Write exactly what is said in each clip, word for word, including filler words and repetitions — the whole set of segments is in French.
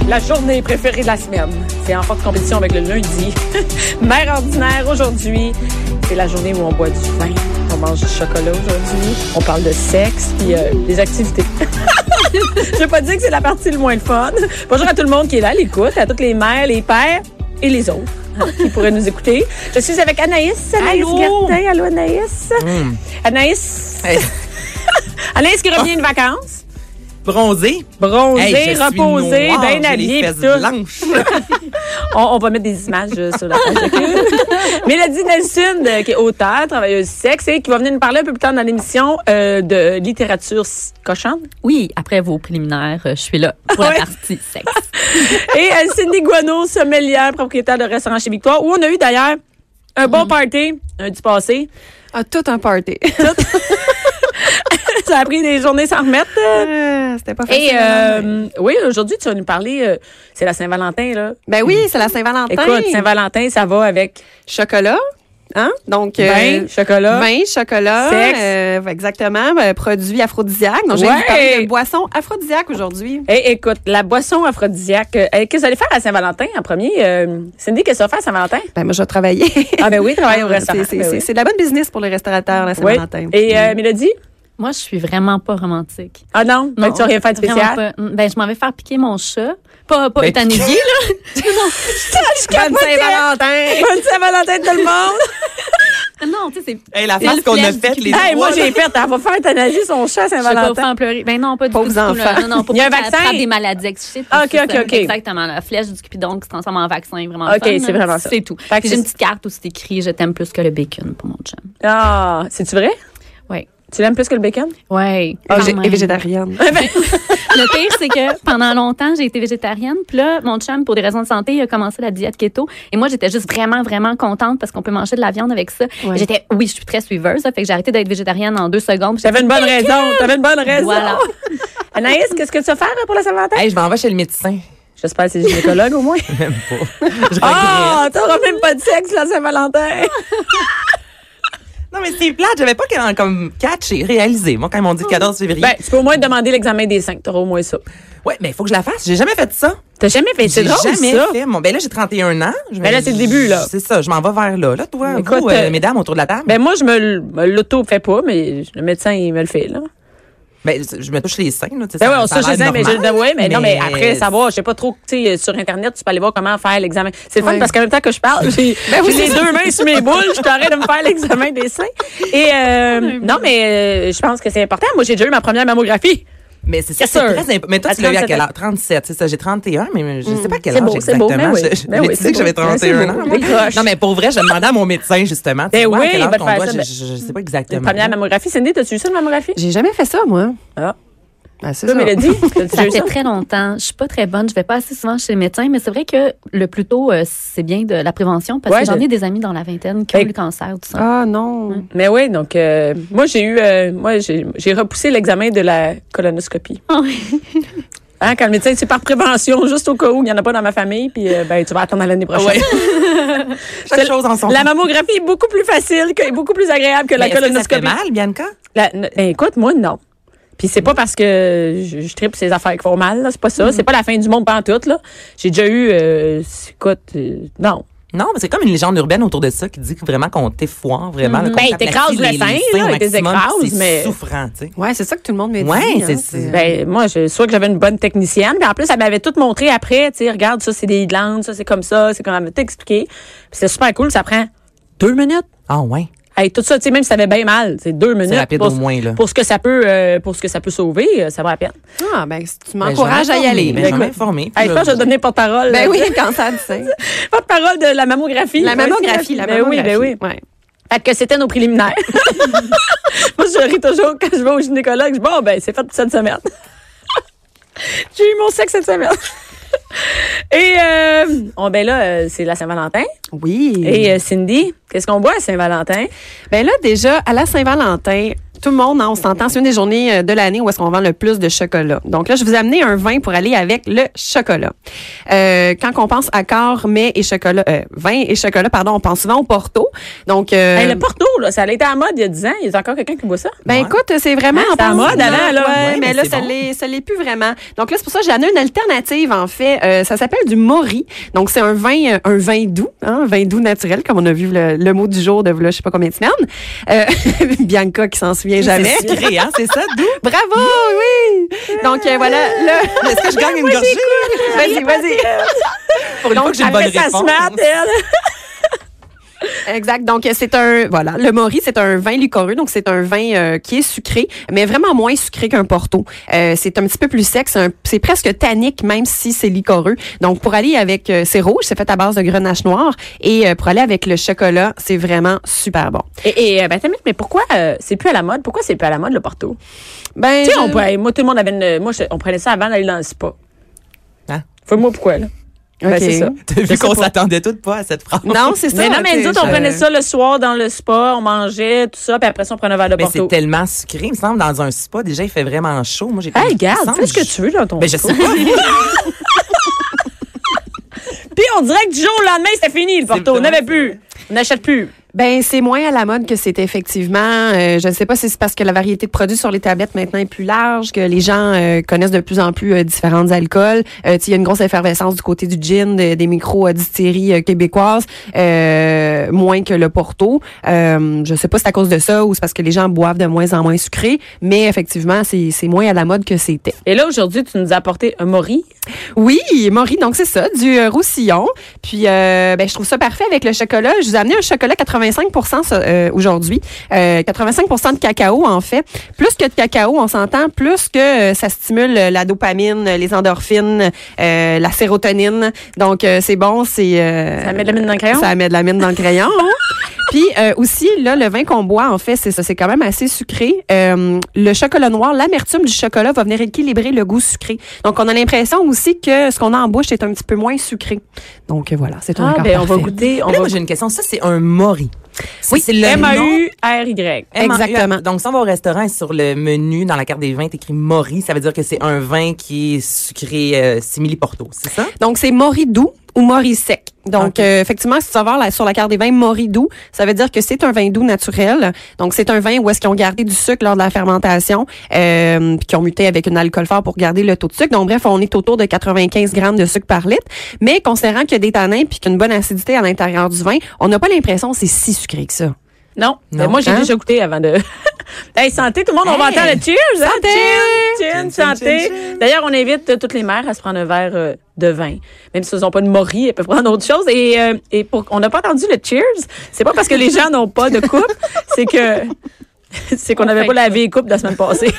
La journée préférée de la semaine. C'est en forte compétition avec le lundi. Mère ordinaire aujourd'hui. C'est la journée où on boit du vin. On mange du chocolat aujourd'hui. On parle de sexe puis euh, des activités. Je veux pas dire que c'est la partie le moins le fun. Bonjour à tout le monde qui est là, à l'écoute, à toutes les mères, les pères et les autres hein, qui pourraient nous écouter. Je suis avec Anaïs. Anaïs Allô? Gertin. Allô, Anaïs. Mm. Anaïs. Hey. Anaïs qui revient de vacances. Bronzé. Bronzé, Hey, je reposé, suis noire, bien j'ai habillé. les pis fesses tout. blanches. on, on va mettre des images euh, sur la page de Cube. Mélodie Nelson, euh, qui est auteure, travailleuse sexe, et qui va venir nous parler un peu plus tard dans l'émission euh, de littérature s- cochonne. Oui, après vos préliminaires, euh, je suis là pour Ouais. la partie sexe. Et euh, Cindy Guano, sommelière, propriétaire de restaurant chez Victoire, où on a eu d'ailleurs un bon party lundi passé. Ah, tout un party. Ça a pris des journées sans remettre. Euh, C'était pas facile. Et hein, mais- euh, oui, aujourd'hui, tu vas nous parler, euh, c'est la Saint-Valentin, là. Ben oui, c'est la Saint-Valentin. Écoute, Saint-Valentin, ça va avec Chocolat, hein? Donc, euh, vin, chocolat. vin, chocolat. Sexe. euh, exactement. Ben, produits aphrodisiaques. Donc, j'ai Ouais. vous parler de boissons aphrodisiaques aujourd'hui. Hey, écoute, la boisson aphrodisiaque. euh, hey, qu'est-ce que vous allez faire à Saint-Valentin en premier? Euh, Cindy, qu'est-ce que tu vas faire à Saint-Valentin? Ben, moi, je vais travailler. Ah, ben oui, travailler au Ah, restaurant. c'est- C'est Ben c'est- oui. c'est de la bonne business pour les restaurateurs, la Oui. Saint-Valentin. Et euh, Mélodie? Moi, je suis vraiment pas romantique. Ah non? Ben, tu vas rien faire de vraiment spécial? pas. Ben, je m'en vais faire piquer mon chat. Pas, pas Ben, euthanasier, là. Bonne Saint-Valentin! Bonne Saint-Valentin tout le monde! Non, tu sais, c'est. Hey, la c'est face le qu'on a flèche faite, du les Cupidon. Hey, moi, trois, j'ai là. fait. Elle va faire euthanasier son chat à Je vais pas vous Saint-Valentin. faire pleurer. Ben non, pas du Pauvres tout. là. enfants. Non, non, pour Il y a pas un que ça vaccin? attrape des maladies excitantes. Ah, ok, ok, ok. Exactement. La flèche du Cupidon qui se transforme en vaccin, vraiment Ok, fun, c'est là. vraiment ça. C'est tout. Fait que Puis j'ai c'est- une petite carte où c'est écrit « Je t'aime plus que le bacon » pour mon chum. Ah, c'est-tu vrai? Oui. Tu l'aimes plus que le bacon? Oui. Ah, j'ai- et végétarienne. Le pire, c'est que pendant longtemps, j'ai été végétarienne. Puis là, mon chum, pour des raisons de santé, il a commencé la diète keto. Et moi, j'étais juste vraiment, vraiment contente parce qu'on peut manger de la viande avec ça. Ouais. J'étais, oui, je suis très suiveuse. Ça fait que j'ai arrêté d'être végétarienne en deux secondes. Puis T'avais une bonne raison. T'avais une bonne raison. Voilà. Anaïs, qu'est-ce que tu vas faire pour la Saint-Valentin? Hey, je m'en vais chez le médecin. J'espère que c'est gynécologue au moins. Même pas. Je Ah, regrette. t'auras même pas de sexe la Saint-Valentin. Non, mais c'est plate. J'avais pas quand- comme catch et réalisé. Moi, quand ils m'ont dit le quatorze février. Ben, tu peux au moins demander l'examen des seins. T'auras au moins ça. ouais, mais il faut que je la fasse. J'ai jamais fait ça. T'as jamais fait c'est J'ai drôle, jamais ça? fait. Mon, ben là, j'ai trente et un ans. Je Ben là, c'est le début, là. C'est ça. Je m'en vais vers là. Là, toi, Écoute, vous, euh, euh, mesdames, autour de la table. Ben moi, je me, l- me l'auto fait pas, mais le médecin, il me le fait, là. Ben, je me touche les seins, là. tu sais, Ben ça- ouais, on ça a se touche les l'air seins, mais je normal, ouais, mais, non, mais après, savoir, je sais pas trop, tu sais, sur Internet, tu peux aller voir comment faire l'examen. C'est le fun Ouais. parce qu'en même temps que je parle, j'ai Ben oui, j'ai les c'est ça. deux mains sur mes boules, je t'arrête de me faire l'examen des seins. Et, euh, non, mais euh, je pense que c'est important. Moi, j'ai déjà eu ma première mammographie. Mais c'est ça, C'est c'est sûr. très imp- Mais toi, À tu l'as eu à trente-sept quel ans. âge? trente-sept, c'est ça. J'ai trente et un, mais je sais pas quel C'est âge beau, c'est beau, exactement. ben oui. Je, je, Ben je oui, l'ai c'est dit que j'avais beau. trente et un Ben, c'est ans. beau. Décroche. Non, mais pour vrai, je demandais à mon médecin, justement. tu sais, Ben ouais, oui, à quel il âge va te ton faire doigt, ça, je, ben- je, je sais pas Une exactement. première mammographie. Cindy, t'as-tu eu ça, une mammographie? J'ai jamais fait ça, moi. Ah. Ben, c'est Toi, ça. Mélodie, t'as-tu Ça eu fait ça? très longtemps. Je suis pas très bonne. Je vais pas assez souvent chez le médecin, mais c'est vrai que le plus tôt, euh, c'est bien de la prévention parce Ouais, que j'en de- ai des amis dans la vingtaine qui ont Hey. eu le cancer, tout ça. Ah, non. Mais oui, donc, euh, moi, j'ai eu, euh, moi, j'ai j'ai repoussé l'examen de la colonoscopie. Ah oui. Hein, quand le médecin, c'est par prévention, juste au cas où il n'y en a pas dans ma famille, puis euh, ben, tu vas attendre à l'année prochaine. Ouais. Chaque C'est- chose en son La temps. mammographie est beaucoup plus facile, que, beaucoup plus agréable que la Mais est-ce que ça fait colonoscopie. mal, Bianca? La- n- ben, écoute, moi, non. Puis c'est pas parce que je, je tripe ces affaires qui font mal, là, c'est pas ça. C'est pas la fin du monde pantoute, là. J'ai déjà eu, euh, écoute, euh, non. Non, mais c'est comme une légende urbaine autour de ça qui dit que vraiment qu'on t'effoire vraiment. là, qu'on Ben, il t'aplatit t'écrase le les- les sein, seins là, au il te maximum, écrase, puis c'est mais- souffrant, tu sais. Ouais, c'est ça que tout le monde me dit. Ouais, hein, c'est- c'est- Ben, moi, je, soit que j'avais une bonne technicienne, puis en plus, elle m'avait tout montré après, tu sais, regarde, ça, c'est des glandes, ça, c'est comme ça, c'est comme elle m'a tout expliqué. Puis c'est super cool, ça prend deux minutes. Ah, ouais. Hey, tout ça, tu sais, même si ça avait bien mal, c'est deux minutes. rapide pour, au moins, là. Pour ce que ça peut, euh, pour ce que ça peut sauver, euh, ça vaut la peine. Ah, ben, si tu Ben, m'encourages je vais à y aller. m'informer, ben, je vais m'informer. puis Hey, je pense que je vais donner porte-parole. Ben là. oui, cancer du sein. Porte-parole de la mammographie. La Ouais, mammographie, la ben mammographie. oui, ben oui. Ouais. Fait que c'était nos préliminaires. Moi, je ris toujours quand je vais au gynécologue. Je dis, bon, ben, c'est fait cette semaine. J'ai eu mon sexe cette semaine. Et, euh, oh, ben là, euh, c'est la Saint-Valentin. Oui. Et euh, Cindy, qu'est-ce qu'on boit à Saint-Valentin? Ben là, déjà, à la Saint-Valentin, tout le monde, hein, on s'entend, c'est une des journées euh, de l'année où est-ce qu'on vend le plus de chocolat. Donc là, je vous ai amené un vin pour aller avec le chocolat. Euh, quand on pense accord, mets et chocolat, euh, vin et chocolat, pardon, on pense souvent au Porto. Donc, euh, Hey, le Porto, là, ça a été à mode il y a dix ans. Il y a encore quelqu'un qui boit ça? ben Ouais. écoute, c'est vraiment Hein, en c'était à pensant- mode avant, là. Ouais, Ouais, mais, mais là, c'est ça bon. l'est, ça l'est plus vraiment. Donc là, c'est pour ça que j'ai amené une alternative, en fait. Euh, ça s'appelle du Mori. Donc, c'est un vin, euh, un vin doux, hein, un vin doux naturel, comme on a vu le, le mot du jour de, là, je sais pas combien de semaines. Euh, Bianca qui s'en souvient jamais. C'est sucré, hein, c'est ça, d'où? Bravo, oui! Donc, euh, voilà, là. Est-ce que je gagne une gorgée? Vas-y, vas-y. Pour une fois que j'ai une Elle bonne fait sa réponse. smart, elle. Exact. Donc, c'est un, voilà, le Mori, c'est un vin liquoreux. Donc, c'est un vin euh, qui est sucré, mais vraiment moins sucré qu'un Porto. Euh, c'est un petit peu plus sec. C'est, un, c'est presque tannique, même si c'est liquoreux. Donc, pour aller avec, euh, c'est rouge, c'est fait à base de grenache noire. Et euh, pour aller avec le chocolat, c'est vraiment super bon. Et, et euh, ben, attends une minute, mais pourquoi euh, c'est plus à la mode? Pourquoi c'est plus à la mode, le Porto? Ben, Tu sais, je- on pourrait- moi, tout le monde avait une, moi, je- on prenait ça avant d'aller dans le spa. Hein? Faut-moi pourquoi, là? Ben, Ok. c'est ça. T'as vu Je sais qu'on pas. s'attendait toutes pas à cette phrase. Non, c'est ça. Mais non, mais nous tu sais, autres, on je- prenait ça le soir dans le spa, on mangeait, tout ça, puis après ça, on prenait un verre de Mais c'est Porto. tellement sucré, il me semble, dans un spa, déjà, il fait vraiment chaud. Moi, j'ai Hey, il me regarde, semble, fais ce que je- tu veux dans ton Ben, je spa. sais pas. Puis on dirait que du jour au lendemain, c'était fini, le Porto. On vraiment n'avait plus. On n'achète plus. Ben, c'est moins à la mode que c'était effectivement. Euh, je ne sais pas si c'est parce que la variété de produits sur les tablettes maintenant est plus large, que les gens euh, connaissent de plus en plus euh, différents alcools. Euh, il y a une grosse effervescence du côté du gin, de- des micro-distilleries euh, québécoises, euh, moins que le Porto. Euh, je sais pas si c'est à cause de ça ou c'est parce que les gens boivent de moins en moins sucré, mais effectivement, c'est, c'est moins à la mode que c'était. Et là, aujourd'hui, tu nous as apporté un Mori. Oui, Maury, donc c'est ça, du euh, roussillon. Puis, euh, ben, je trouve ça parfait avec le chocolat. Je vous ai amené un chocolat quatre-vingt-cinq pour cent euh, aujourd'hui. Euh, quatre-vingt-cinq pour cent de cacao, en fait. Plus que de cacao, on s'entend, plus que euh, ça stimule la dopamine, les endorphines, euh, la sérotonine. Donc, euh, c'est bon, c'est... euh, Ça met de la mine dans le crayon? Ça met de la mine dans le crayon. hein. Puis euh, aussi, là, le vin qu'on boit, en fait, c'est ça, c'est quand même assez sucré. Euh, le chocolat noir, l'amertume du chocolat va venir équilibrer le goût sucré. Donc, on a l'impression aussi que ce qu'on a en bouche est un petit peu moins sucré. Donc, euh, voilà, c'est un Ah, accord ben, on va parfait. goûter. On Là, va moi, j'ai une question. Ça, c'est un Mori. Oui, c'est le M A nom- U R Y. M A U. Exactement. Donc, si on va au restaurant et sur le menu, dans la carte des vins, c'est écrit Mori, ça veut dire que c'est un vin qui est sucré euh, simili-porto, c'est ça? Donc, c'est Mori doux ou Mori sec. Donc, Ok. euh, effectivement, si tu vas voir là, sur la carte des vins Mori doux, ça veut dire que c'est un vin doux naturel. Donc, c'est un vin où est-ce qu'ils ont gardé du sucre lors de la fermentation, euh, puis qui ont muté avec un alcool fort pour garder le taux de sucre. Donc, bref, on est autour de quatre-vingt-quinze grammes de sucre par litre. Mais considérant qu'il y a des tanins puis qu'il y a une bonne acidité à l'intérieur du vin, on n'a pas l'impression que c'est si sucré que ça. Non. Non. Mais moi, j'ai Hein? déjà goûté avant de. Hey, santé, tout le monde, on va Hey! entendre le cheers, hein? Santé! Cheers, Chin, chin, chin, santé. chin, chin. D'ailleurs, on invite euh, toutes les mères à se prendre un verre euh, de vin. Même si elles n'ont pas de Mori, elles peuvent prendre autre chose. Et, euh, et pour, on n'a pas entendu le cheers. C'est pas parce que les gens n'ont pas de coupe, c'est que, c'est qu'on n'avait pas lavé les coupes la semaine passée.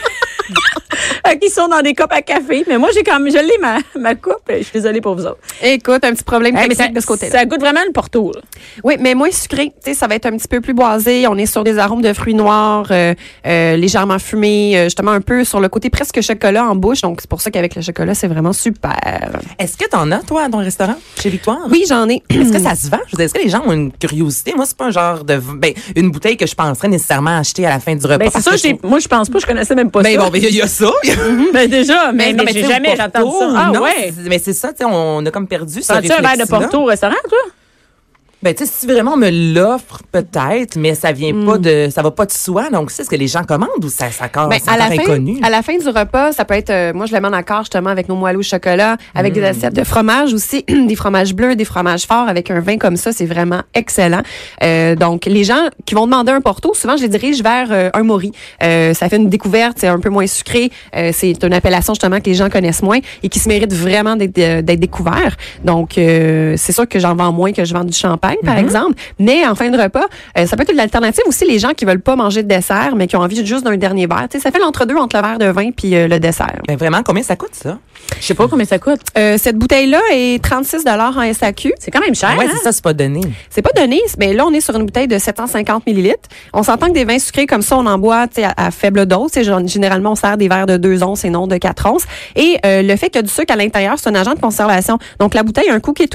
Fait qu'ils sont dans des copes à café. Mais moi, j'ai quand même, je l'ai ma, ma coupe. Je suis désolée pour vous autres. Écoute, un petit problème Hey, mais technique ça, de ce côté-là. ça goûte vraiment le Porto, là. Oui, mais moins sucré. Tu sais, ça va être un petit peu plus boisé. On est sur des arômes de fruits noirs, euh, euh, légèrement fumés, euh, justement un peu sur le côté presque chocolat en bouche. Donc, c'est pour ça qu'avec le chocolat, c'est vraiment super. Est-ce que t'en as, toi, à ton restaurant, chez Victoire? Oui, j'en ai. Est-ce que ça se vend? Je veux dire, est-ce que les gens ont une curiosité? Moi, c'est pas un genre de, ben, une bouteille que je penserais nécessairement acheter à la fin du repas. Ben, c'est parce ça, que je j'ai- trouve- moi, je pense pas, je connaissais même pas Ben, ça. bon, ben, il y a ça. Ben, déjà, mais, mais, non, j'ai tu sais, jamais au Porto, entendu ça. Ah, non, ouais. c'est- Mais c'est ça, tu sais, on a comme perdu ce Prends-tu un verre de réflexe-là. Porto au restaurant, toi? Ben, tu sais, si vraiment on me l'offre, peut-être, mais ça vient pas de, ça va pas de soi. Donc, c'est ce que les gens commandent ou ça, ça encore, Ben, c'est à la encore fin, inconnu? à la fin du repas, ça peut être, euh, moi je le mets en accord justement avec nos moelleux au chocolat, avec des assiettes de fromage aussi, des fromages bleus, des fromages forts, avec un vin comme ça, c'est vraiment excellent. Euh, donc les gens qui vont demander un Porto, souvent je les dirige vers euh, un Mori. Euh, ça fait une découverte, c'est un peu moins sucré, euh, c'est une appellation justement que les gens connaissent moins et qui se mérite vraiment d'être, euh, d'être découvert. Donc euh, c'est sûr que j'en vends moins que je vends du champagne par exemple, mais en fin de repas, euh, ça peut être une alternative aussi les gens qui veulent pas manger de dessert mais qui ont envie juste d'un dernier verre. Tu sais, ça fait l'entre-deux entre le verre de vin puis euh, le dessert. Ben, vraiment, combien ça coûte, ça? Je sais pas combien ça coûte. Euh, cette bouteille-là est trente-six dollars en S A Q. C'est quand même cher, Ouais, hein? c'est ça, c'est pas donné. C'est pas donné, mais là, on est sur une bouteille de sept cent cinquante millilitres. On s'entend que des vins sucrés comme ça, on en boit tu sais, à, à faible dose. Tu sais, gen- généralement, on sert des verres de deux onces et non de quatre onces. Et euh, le fait qu'il y a du sucre à l'intérieur, c'est un agent de conservation. Donc, la bouteille a un coup qui est ouverte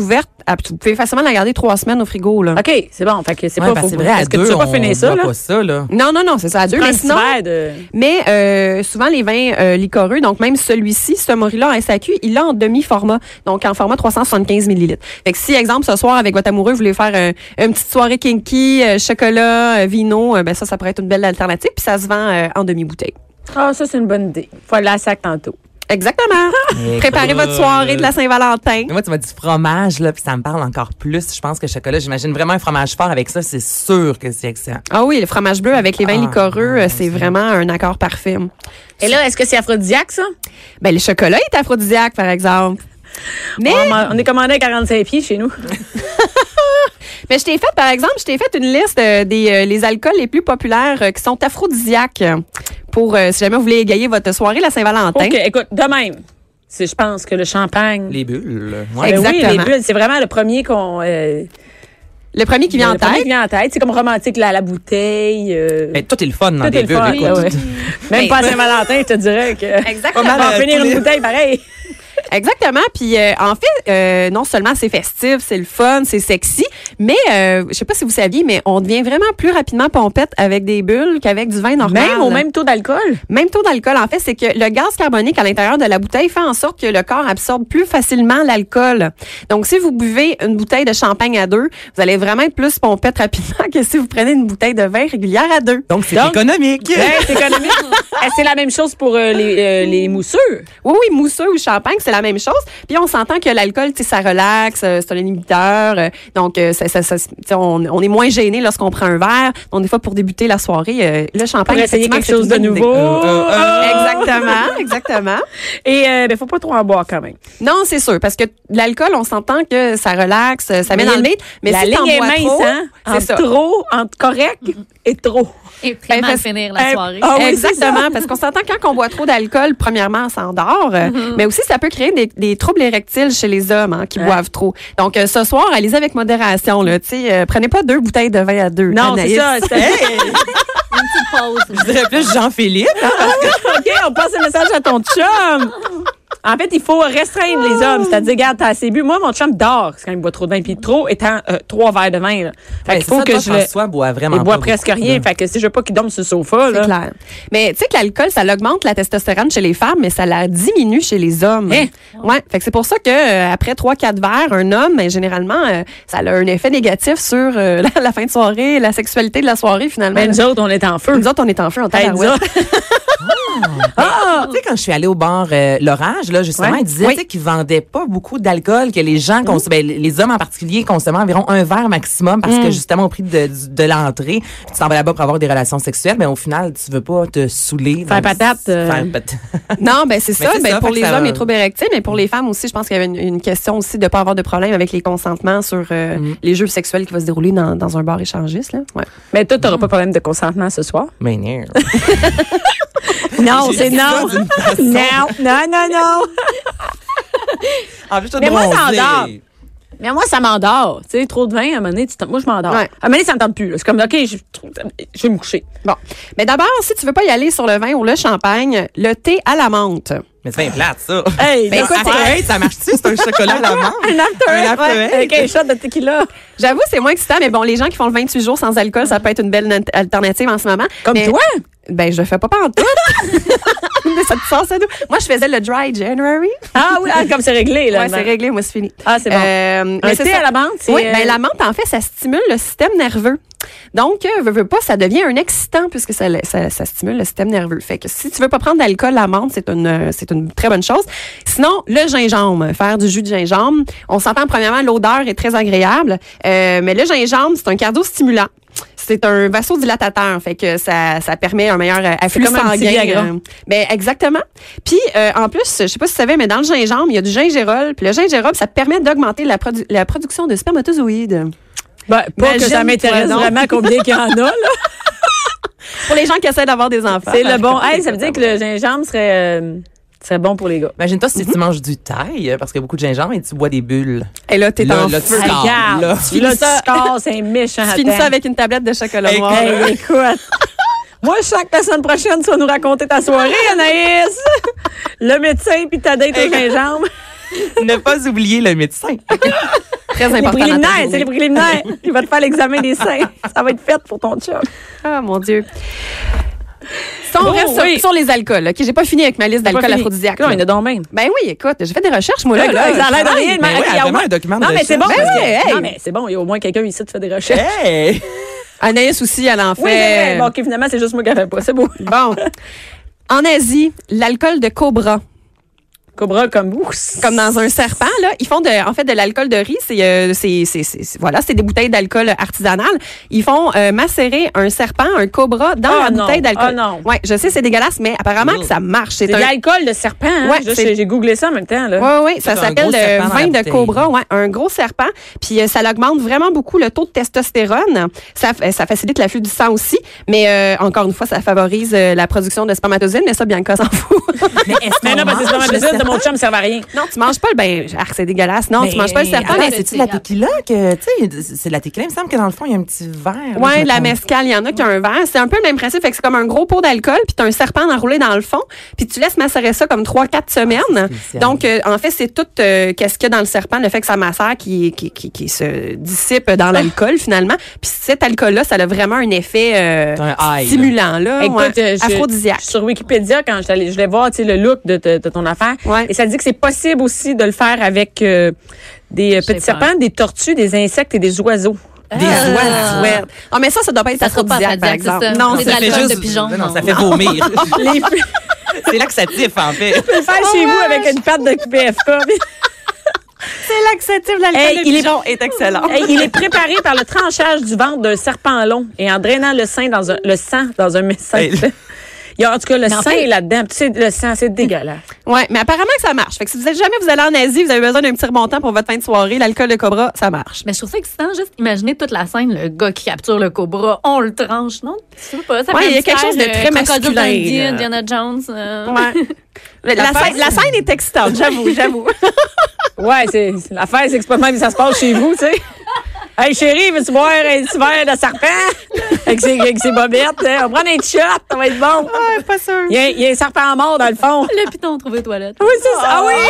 vous pouvez facilement la garder trois semaines au frigo, là. OK, c'est bon. Fait que c'est Ouais, pas parce pour que c'est vrai, à Est-ce que deux, tu vas pas on finir ça, boit là? pas ça, là. Non, non, non, c'est ça, à deux. Prends Mais un petit sinon, verre de... mais euh, souvent, les vins euh, liquoreux, donc même celui-ci, ce Mori-là en S A Q, il l'a en demi-format, donc en format trois cent soixante-quinze millilitres. Fait que si, exemple, ce soir, avec votre amoureux, vous voulez faire un, une petite soirée kinky, euh, chocolat, euh, vino, euh, ben ça, ça pourrait être une belle alternative. Puis ça se vend euh, en demi-bouteille. Ah, ça, c'est une bonne idée. Faut aller à la sac tantôt. Exactement. Préparez votre soirée de la Saint-Valentin. Moi, tu m'as dit fromage, là, puis ça me parle encore plus. Je pense que chocolat, j'imagine vraiment un fromage fort avec ça, c'est sûr que c'est excellent. Ah oui, le fromage bleu avec les vins Ah, liquoreux, ah, c'est vraiment un accord parfait. Et là, est-ce que c'est aphrodisiaque, ça? Ben, le chocolat est aphrodisiaque, par exemple. Mais, On, on est commandé à quarante-cinq pieds chez nous. mais je t'ai fait, par exemple, je t'ai fait une liste euh, des euh, les alcools les plus populaires euh, qui sont aphrodisiaques euh, pour, euh, si jamais vous voulez égayer votre soirée la Saint-Valentin. OK, écoute, de même. C'est, je pense que le champagne... Les bulles. Ben Ouais. Exactement. oui, les bulles, c'est vraiment le premier qu'on... euh, Le premier qui vient en le premier tête. qui vient en tête. C'est comme romantique, la, la bouteille. euh, Ben, tout est le fun dans tout des est le bulles. fun. écoute. ouais, ouais. Même Ben, pas à Saint-Valentin, je te dirais que... Exactement. On va euh, finir tous une les- bouteille pareil. Exactement. Puis euh, en fait, euh, non seulement c'est festif, c'est le fun, c'est sexy, mais euh, je sais pas si vous saviez, mais on devient vraiment plus rapidement pompette avec des bulles qu'avec du vin normal. Même au même taux d'alcool. Même taux d'alcool. En fait, c'est que le gaz carbonique à l'intérieur de la bouteille fait en sorte que le corps absorbe plus facilement l'alcool. Donc, si vous buvez une bouteille de champagne à deux, vous allez vraiment être plus pompette rapidement que si vous prenez une bouteille de vin régulière à deux. Donc, c'est Donc- économique. Ouais, c'est économique. Eh, c'est la même chose pour euh, les, euh, les mousseux. Oui, oui, mousseux ou champagne, c'est la même chose. Puis on s'entend que l'alcool, tu sais, ça relaxe, euh, c'est un inhibiteur. euh, donc, euh, ça, ça, ça, tu sais, on, on est moins gêné lorsqu'on prend un verre. Donc, des fois, pour débuter la soirée, euh, le champagne, Pour essayer effectivement, quelque c'est chose une de bonne idée. nouveau. Euh, euh, euh. Ah! Exactement, exactement. Et euh, ben, faut pas trop en boire quand même. Non, c'est sûr, parce que l'alcool, on s'entend que ça relaxe, ça met Mais dans le mythe. Mais la si t'en ligne est bois mince, trop, hein? c'est Entre ça. trop, entre correct et trop. Et très Ben, mal parce- finir la Eh, soirée. ah oui, c'est Exactement, parce qu'on s'entend quand on boit trop d'alcool, premièrement, on s'endort, euh, Mm-hmm. mais aussi ça peut créer des, des troubles érectiles chez les hommes hein, qui Ouais. boivent trop. Donc euh, ce soir, allez-y avec modération là, tu sais, euh, prenez pas deux bouteilles de vin à deux. Non, c'est Anaïs. ça. c'est- Une petite pause. Je dirais plus Jean-Philippe. OK, on passe le message à ton chum. En fait, il faut restreindre les hommes. C'est-à-dire, regarde, t'as assez bu. Moi, mon chum dort quand il boit trop de vin. Puis trop étant euh, trois verres de vin. Là. Fait Ouais, qu'il c'est faut ça, que toi, je le... François boit vraiment Il boit pas presque beaucoup, rien. là. Fait que si je veux pas qu'il dorme sur le sofa, C'est là. clair. Mais tu sais que l'alcool, ça augmente la testostérone chez les femmes, mais ça la diminue chez les hommes. Hein? Ouais. Fait que c'est pour ça que euh, après trois, quatre verres, un homme, ben, généralement, euh, ça a un effet négatif sur euh, la, la fin de soirée, la sexualité de la soirée finalement. Mais nous autres, on est en feu. Nous autres, on est en feu, en Hey, nous tabarouette. autres. Ah! Tu sais, quand je suis allée au bar euh, L'Orage, là, justement, Ouais. ils disaient Oui. tu sais, qu'ils vendaient pas beaucoup d'alcool, que les gens, cons- ben, les hommes en particulier, consommaient environ un verre maximum parce que, justement, au prix de, de, de l'entrée, tu t'en vas là-bas pour avoir des relations sexuelles, mais au final, tu veux pas te saouler. Faire donc, patate, euh. Faire patate. Non, ben c'est Mais ça. c'est Ben, ça, pour fait que les ça hommes, va. les troubles érectiles, mais pour les femmes aussi, je pense qu'il y avait une, une question aussi de pas avoir de problème avec les consentements sur euh, les jeux sexuels qui vont se dérouler dans, dans un bar échangiste. Là. Ouais. Mais toi, t'auras pas de problème de consentement ce soir. Mais non. Non, J'ai c'est dit ça non. d'une façon. Non, non, non, non. En plus, je Mais moi, ça bronzée. endort. Mais moi, ça m'endort. Tu sais, trop de vin, à un moment donné, tu t'en- moi, je m'endors. Ouais. À un moment donné, ça me tente plus. là. C'est comme, OK, je, je vais me coucher. Bon. Mais d'abord, si tu veux pas y aller sur le vin ou le champagne, le thé à la menthe. Mais c'est bien plate, ça. Hey, Ben, écoute, écoute, Arrête, ça marche-tu? C'est un chocolat à la menthe? un after, Un after ouais, eight. avec un shot de tequila. J'avoue, c'est moins excitant, mais bon, les gens qui font le vingt-huit jours sans alcool, ça peut être une belle nat- alternative en ce moment. Comme Mais- toi? Ben, je le fais pas pas en tout. Mais ça te sort ça d'où? Moi, je faisais le dry January. Ah oui, ah, comme c'est réglé, là. Ouais, c'est réglé, moi, c'est fini. Ah, c'est bon. Euh, mais Un c'est thé ça. à la menthe, c'est... Oui, euh, ben, la menthe, en fait, ça stimule le système nerveux. Donc, euh, veux, veux pas, ça devient un excitant puisque ça, ça, ça stimule le système nerveux. Fait que si tu veux pas prendre d'alcool, la menthe, c'est une, euh, c'est une très bonne chose. Sinon, le gingembre, faire du jus de gingembre. On s'entend, premièrement, l'odeur est très agréable. Euh, mais le gingembre, c'est un cardio-stimulant. C'est un vasodilatateur, fait que ça, ça permet un meilleur euh, afflux comme un petit sanguin. Viagra. euh, ben exactement. Puis euh, en plus, je sais pas si tu savais, mais dans le gingembre, il y a du gingérol. Puis le gingérol, ça permet d'augmenter la, produ- la production de spermatozoïdes. Ben, pas que ça Imagine-toi m'intéresse donc. vraiment combien qu'il y en a, là. Pour les gens qui essaient d'avoir des enfants. C'est ben, le bon. je Hey, ça veut dire que le gingembre serait, euh, serait bon pour les gars. Imagine-toi si tu manges du taille, parce qu'il y a beaucoup de gingembre et tu bois des bulles. Et là, t'es Là, en là, tu feu. sors. Regarde, là. tu finis ça. C'est un méchant. Tu finis attends. ça avec une tablette de chocolat Hey, noir. Hey, écoute. Moi, je sens que la semaine prochaine, tu vas nous raconter ta soirée, Anaïs. Le médecin puis ta date au gingembre. Ne pas oublier le médecin. Très Les important. dans ta préliminaires, journée. c'est les préliminaires. Il va te faire l'examen des seins. Ça va être fait pour ton chum. Ah, mon Dieu. Si on Oh, reste sur, oui. sur les alcools, OK, j'ai pas fini avec ma liste Pas d'alcool fini. aphrodisiaque. Non, là. il y en a donc même. Ben oui, écoute, j'ai fait des recherches, moi, là. Là, là, ça a l'air de je rien. Ben mais oui, il y a elle a au moins- vraiment un document de Non, mais c'est bon. recherche. parce que- Ben oui, hey. Non, mais c'est bon. Il y a au moins quelqu'un ici qui fait des recherches. Hey! Anaïs aussi, elle en fait. Oui, c'est vrai. Bon, OK, finalement, c'est juste moi qui ne fais pas. C'est beau. Bon. En Asie, l'alcool de cobra, Cobra comme vous. comme dans un serpent, là, ils font de, en fait de l'alcool de riz. C'est, euh, c'est, c'est, c'est, c'est- voilà, c'est des bouteilles d'alcool artisanales. Ils font euh, macérer un serpent, un cobra dans Ah, la non. bouteille d'alcool. Ah, non. Ouais, je sais, c'est dégueulasse, mais apparemment que ça marche. C'est C'est de un l'alcool de serpent. Hein? Ouais, Juste, c'est- j'ai j'ai googlé ça en même temps. Là. Oui, oui, ça C'est un s'appelle gros serpent le dans vin la de bouteille. cobra, ouais, un gros serpent. Puis euh, ça augmente vraiment beaucoup le taux de testostérone. Ça, f- ça facilite l'afflux du sang aussi, mais euh, encore une fois, ça favorise euh, la production de spermatozoïdes, mais ça, Bianca s'en fout. Mais est-ce Mais non, parce que c'est pas mange ma le business de serpent? mon chum, ça ne servait à rien. Non, tu manges pas le ben, arc, c'est dégueulasse. Non, tu manges pas le serpent. Attends, mais c'est-tu de la tequila que, tu sais, c'est de la tequila, il me semble que dans le fond, il y a un petit verre. là, Ouais, je me de la trompe. mescale, il y en a qui ont un verre. C'est un peu le même principe, fait que c'est comme un gros pot d'alcool, puis t'as un serpent enroulé dans le fond, puis tu laisses macérer ça comme trois quatre semaines. spécial. Donc, euh, en fait, c'est tout euh, qu'est-ce qu'il y a dans le serpent, le fait que ça macère qui, qui, qui, qui se dissipe dans l'alcool, finalement. Puis cet alcool-là, ça a vraiment un effet euh, C'est un high, là. stimulant, là, Écoute, ouais, euh, je- aphrodisiaque. je suis sur Wikipédia quand je suis allée- je voulais voir tu sais, le look de, de- de ton affaire. Ouais. Et ça dit que c'est possible aussi de le faire avec euh, des euh, sais petits pas. serpents, des tortues, des insectes et des oiseaux. Des Ah. oiseaux. Ouais. Ah, mais ça, ça doit pas être Ça sera pas aphrodisiaque, par aphrodisiaque, exemple. c'est ça. Non, C'est c'est de Ça fait l'alcool juste, de pigeon, non, non. ça fait vomir. Les C'est laxatif, en fait. le faire chez vous avec une patte de P F K. c'est laxatif, l'alcool Hey, de il est- pigeon est excellent. Hey, il est préparé par le tranchage du ventre d'un serpent long et en drainant le sang dans un, le sang dans un messin. Hey. Il y a en tout cas le Mais en sang fait- est là-dedans. Tu sais, le sang, c'est dégueulasse. Ouais, mais apparemment que ça marche. Fait que si vous êtes jamais vous allez en Asie, vous avez besoin d'un petit remontant pour votre fin de soirée, l'alcool de cobra, ça marche. Mais je trouve ça excitant, juste imaginer toute la scène, le gars qui capture le cobra, on le tranche, non? Tu sais pas, ça Ouais, fait il y a un quelque chose de petit très air, euh, Crocodile masculin, Dundee, là. Indiana Jones. euh. Ouais. La, la scène, la scène est excitante, j'avoue, j'avoue. Ouais, c'est l'affaire, c'est que c'est pas même que ça se passe chez vous, tu sais. Hey chérie, veux-tu boire un petit verre de serpent? Avec ses, avec ses bobettes, hein? On prend un petit shot, ça va être bon. Ouais, pas sûr. Il y, a, il y a un serpent mort dans le fond. Le piton trouvé aux toilettes. Oui, c'est ça. Ah oui!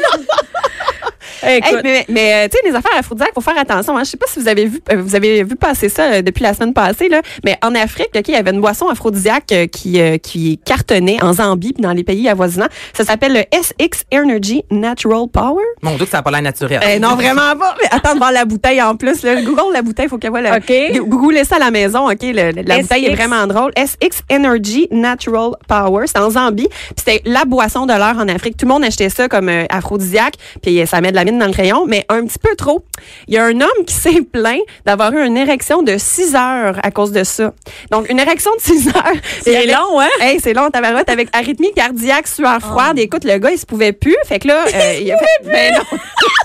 Hey, Hey, écoute, mais mais euh, tu sais, les affaires aphrodisiaques, faut faire attention. Hein. Je sais pas si vous avez vu, euh, vous avez vu passer ça euh, depuis la semaine passée là, mais en Afrique, ok, il y avait une boisson aphrodisiaque euh, qui euh, qui cartonnait en Zambie puis dans les pays avoisinants. Ça s'appelle le S X Energy Natural Power. Mon Dieu, que ça n'a pas l'air naturel. Eh, non, vraiment pas. Mais attends de voir la bouteille en plus. Là. Google la bouteille, faut qu'elle voit la. OK. Googlez ça à la maison, OK? Le- le- la S X. bouteille est vraiment drôle. S X Energy Natural Power. C'est en Zambie. Puis c'était la boisson de l'heure en Afrique. Tout le monde achetait ça comme euh, aphrodisiaque. Puis euh, ça met de la mine dans le crayon. Mais un petit peu trop. Il y a un homme qui s'est plaint d'avoir eu une érection de six heures à cause de ça. Donc, une érection de six heures. c'est Avec- long, hein? Hey, c'est long, tabarouette, avec arythmie cardiaque, sueur froide. Écoute, le gars, il se pouvait plus. Fait que là, euh, il a fait, ben non.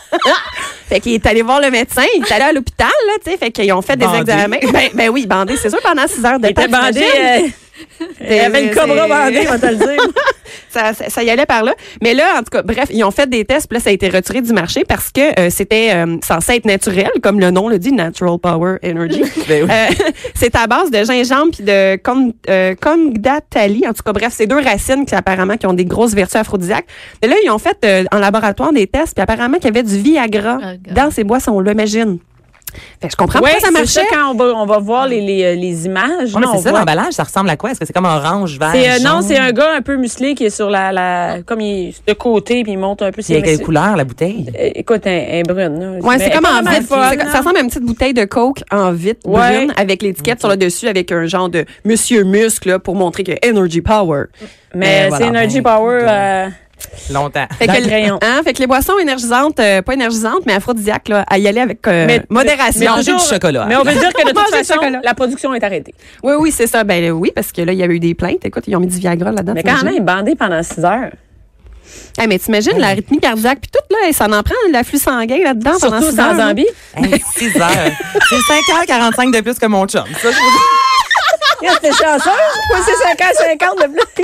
Fait qu'il est allé voir le médecin, il est allé à l'hôpital, là, tu sais. Fait qu'ils ont fait des Bandé. examens. Ben, ben oui, bandé, c'est sûr, pendant six heures de Il temps. était bandé. t'imagines? euh, il y avait le cobra c'est- bandé, on va te le dire. Ça, ça, ça y allait par là. Mais là, en tout cas, bref, ils ont fait des tests, puis là, ça a été retiré du marché parce que euh, c'était euh, censé être naturel, comme le nom le dit, Natural Power Energy. Ben oui. Euh, c'est à base de gingembre puis de con, euh, Condatali. En tout cas, bref, c'est deux racines qui apparemment qui ont des grosses vertus aphrodisiaques. Et là, ils ont fait euh, en laboratoire des tests, puis apparemment qu'il y avait du Viagra Oh, God. dans ces boissons-là, imagine. Fait que je comprends Ouais, pas ça c'est marchait. ça quand on va, on va voir les, les, les images. Ouais, mais là, c'est on ça, voit- l'emballage, ça ressemble à quoi? Est-ce que c'est comme orange, vert, C'est, euh, non, jaune? c'est un gars un peu musclé qui est sur la, la comme il est de côté puis il monte un peu. Il y a mais quelle c'est- couleur, la bouteille? Euh, Écoute, un, un brune. là. Ouais, Mais c'est comme pas en vraiment vitre. le fun, C'est- non? Ça ressemble à une petite bouteille de Coke en vitre Ouais. brune avec l'étiquette sur le dessus avec un genre de Monsieur Muscle là, pour montrer que Energy Power. Mais Euh, voilà. c'est Energy Power. euh, Longtemps. Fait Dans que, le crayon. hein, fait que les boissons énergisantes, euh, pas énergisantes, mais aphrodisiaques, là, à y aller avec euh, Mais- modération. mais Manger toujours- du chocolat. Mais on veut dire que de toute Manger du façon, chocolat. la production est arrêtée. Oui, oui, c'est ça. Ben euh, oui, parce que là, il y avait eu des plaintes. Écoute, ils ont mis du Viagra là-dedans. Mais quand t'imagines? même, bandé pendant six heures. Hey, mais t'imagines la rythmie cardiaque puis tout, là, ça en prend l'afflux sanguin là-dedans pendant Surtout six sans heures, là. Zambie. Hey, six heures. C'est cinq heures quarante-cinq de plus que mon chum. Ça, je vous dis. Regarde, t'es chanceux. Moi, c'est cinq heures cinquante de plus.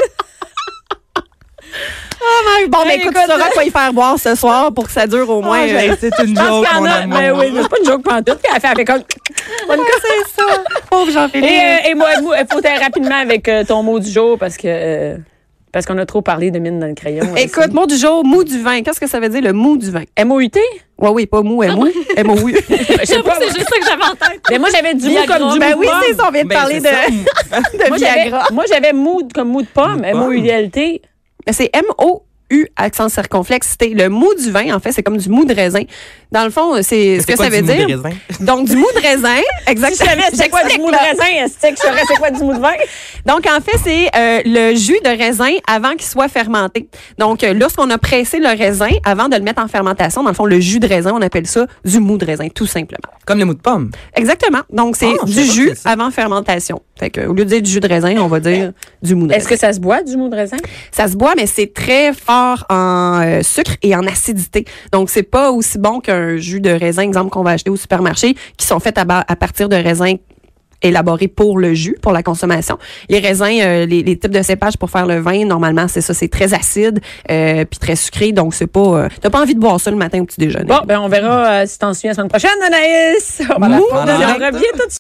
Ah, ben, bon, ben Hey, écoute, écoute, tu sauras quoi y faire boire ce soir pour que ça dure au moins. j'ai- euh, Hey, c'est une Je pense joke, qu'il y en mon a. amour. Mais oui, mais c'est pas une joke pantoute qu'elle a fait avec un. Ouais, c'est ça. Pauvre Et, Jean-Philippe. euh, et moi, il faut t'aller rapidement avec euh, ton mot du jour parce que. euh, Parce qu'on a trop parlé de mine dans le crayon. Écoute, mot du jour, mou du vin. Qu'est-ce que ça veut dire, le mou du vin? M O U T? Oui, oui, pas mou, M O U. M O U. Je sais pas. C'est juste ça que j'avais en tête. Mais moi, j'avais du mou comme du Ben mou oui, de pomme. c'est ça, on vient de Ben, parler c'est ça. de, de Moi, j'avais, Viagra. moi, j'avais mou comme mou de pomme. Mou de M O U L T. Mais c'est M O U, accent circonflexe. C'était le mou du vin, en fait, c'est comme du mou de raisin. Dans le fond, c'est ce que quoi ça du veut mou de dire. raisin? Donc, du mou de raisin, Si exactement. je savais c'était quoi du mou de raisin, est-ce que je saurais c'est quoi du mou de vin? Donc, en fait, c'est euh, le jus de raisin avant qu'il soit fermenté. Donc, euh, lorsqu'on a pressé le raisin, avant de le mettre en fermentation, dans le fond, le jus de raisin, on appelle ça du mou de raisin, tout simplement. Comme le mou de pomme. Exactement. Donc, c'est Ah, je du savais pas jus que c'est ça. avant fermentation. Fait que, au lieu de dire du jus de raisin, on va dire du mou de Est-ce raisin. que ça se boit, du mou de raisin? Ça se boit, mais c'est très fort en euh, sucre et en acidité. Donc, c'est pas aussi bon qu'un jus de raisin, exemple, qu'on va acheter au supermarché, qui sont faits à, ba- à partir de raisins élaborés pour le jus, pour la consommation. Les raisins, euh, les, les types de cépages pour faire le vin, normalement, c'est ça, c'est très acide euh, puis très sucré. Donc, c'est pas... Euh, t'as pas envie de boire ça le matin au petit déjeuner. Bon, ben on verra euh, si t'en souviens la semaine prochaine, Anaïs. On Mou on de revient raisin. tout de suite.